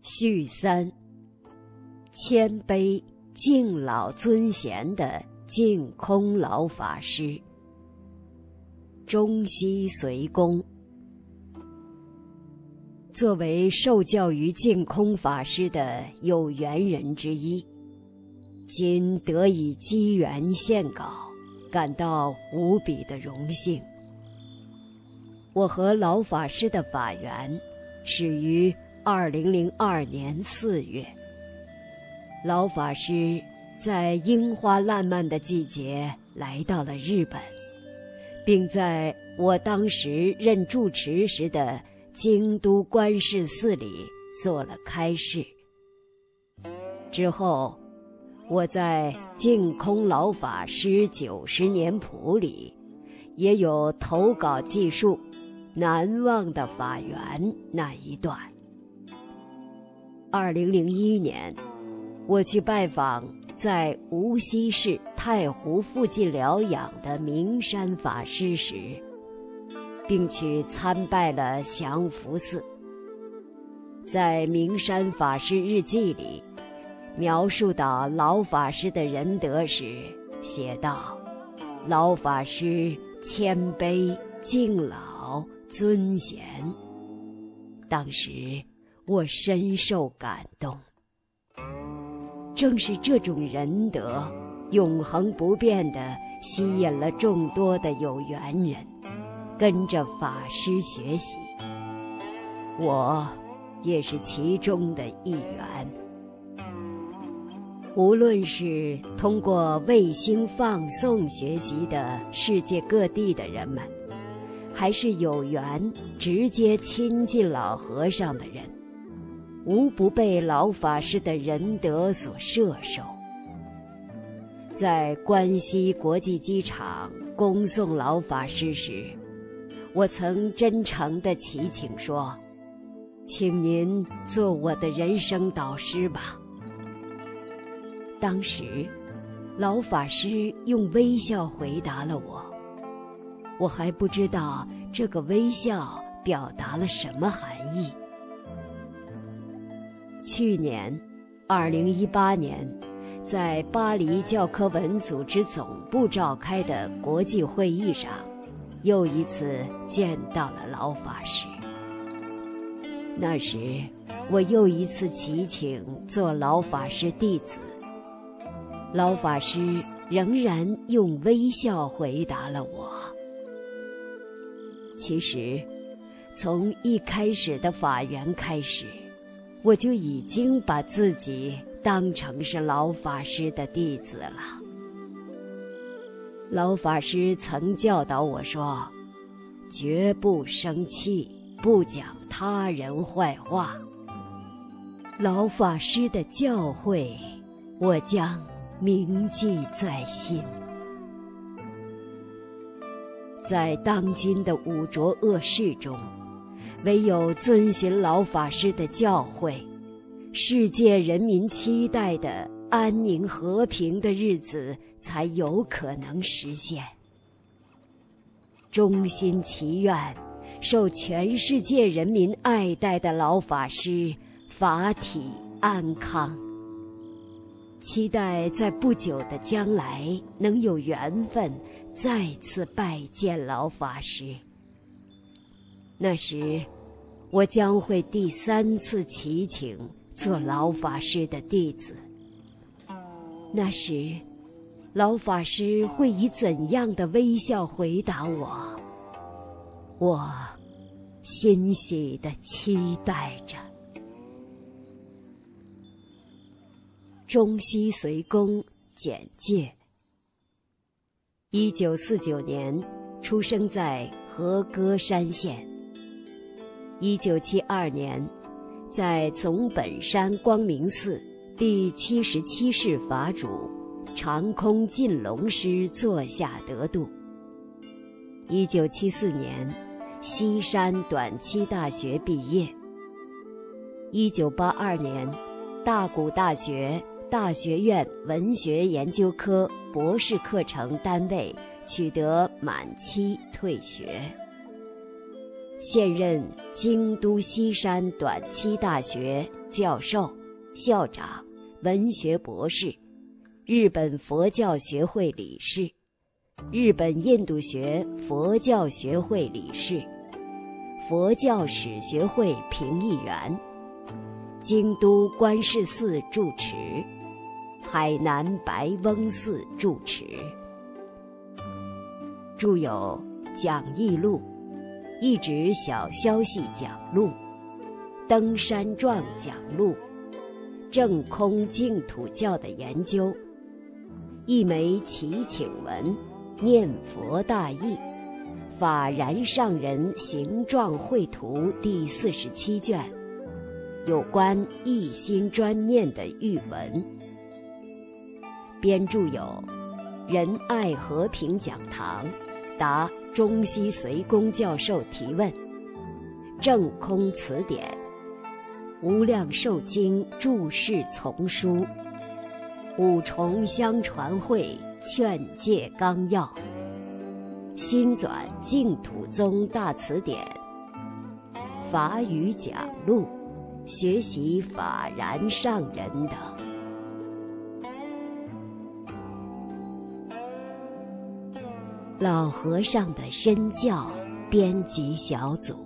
序3，谦卑敬老尊贤的净空老法师。中西随公。作为受教于净空法师的有缘人之一，今得以机缘献稿，感到无比的荣幸。我和老法师的法缘始于2002年4月。老法师在樱花烂漫的季节来到了日本，并在我当时任住持时的京都观世寺里做了开示。之后，我在净空老法师90年谱里也有投稿记述难忘的法缘那一段。2001年，我去拜访在无锡市太湖附近疗养的明山法师时，并去参拜了降福寺。在明山法师日记里描述到老法师的仁德时，写道：老法师谦卑敬老尊贤。当时我深受感动。正是这种仁德永恒不变地吸引了众多的有缘人跟着法师学习，我也是其中的一员。无论是通过卫星放送学习的世界各地的人们，还是有缘直接亲近老和尚的人，无不被老法师的仁德所摄受。在关西国际机场恭送老法师时，我曾真诚地祈请说：请您做我的人生导师吧。当时老法师用微笑回答了我还不知道这个微笑表达了什么含义。去年2018年在巴黎教科文组织总部召开的国际会议上，又一次见到了老法师。那时我又一次祈请做老法师弟子，老法师仍然用微笑回答了我。其实从一开始的法缘开始，我就已经把自己当成是老法师的弟子了。老法师曾教导我说，绝不生气，不讲他人坏话。老法师的教诲，我将铭记在心。在当今的污浊恶世中，唯有遵循老法师的教诲，世界人民期待的安宁和平的日子才有可能实现。衷心祈愿受全世界人民爱戴的老法师法体安康，期待在不久的将来能有缘分再次拜见老法师。那时我将会第3次祈请做老法师的弟子。那时老法师会以怎样的微笑回答我？我欣喜地期待着。中西随公简介。1949年出生在和歌山县。1972年在总本山光明寺第77世法主长空进龙师座下得度。1974年西山短期大学毕业。1982年大谷大学大学院文学研究科博士课程单位取得满期退学。现任京都西山短期大学教授、校长、文学博士，日本佛教学会理事，日本印度学佛教学会理事，佛教史学会评议员，京都观世寺住持，海南白翁寺住持。著有《讲义录》、一指小消息讲录、登山状讲录、正空净土教的研究、一枚祈请文、念佛大义、法然上人形状绘图第47卷，有关一心专念的译文。编著有仁爱和平讲堂答中西随公教授提问，正空词典，无量寿经注释丛书，五重相传会劝诫纲要，新纂净土宗大词典，法语讲录，学习法然上人等。老和尚的身教编辑小组。